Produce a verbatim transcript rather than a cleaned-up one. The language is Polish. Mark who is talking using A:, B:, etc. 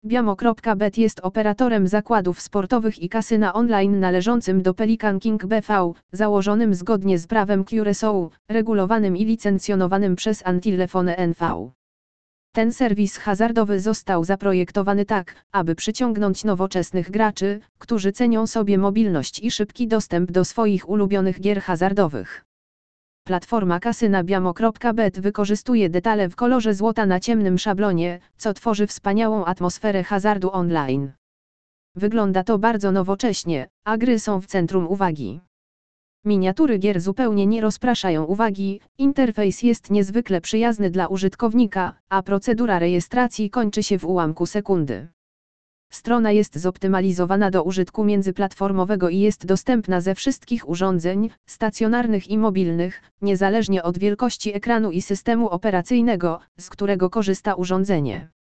A: Biamo kropka bet jest operatorem zakładów sportowych i kasyna online należącym do Pelican King B V, założonym zgodnie z prawem Curaçao, regulowanym i licencjonowanym przez Antillefone N V. Ten serwis hazardowy został zaprojektowany tak, aby przyciągnąć nowoczesnych graczy, którzy cenią sobie mobilność i szybki dostęp do swoich ulubionych gier hazardowych. Platforma kasyna Biamo kropka bet wykorzystuje detale w kolorze złota na ciemnym szablonie, co tworzy wspaniałą atmosferę hazardu online. Wygląda to bardzo nowocześnie, a gry są w centrum uwagi. Miniatury gier zupełnie nie rozpraszają uwagi, interfejs jest niezwykle przyjazny dla użytkownika, a procedura rejestracji kończy się w ułamku sekundy. Strona jest zoptymalizowana do użytku międzyplatformowego i jest dostępna ze wszystkich urządzeń, stacjonarnych i mobilnych, niezależnie od wielkości ekranu i systemu operacyjnego, z którego korzysta urządzenie.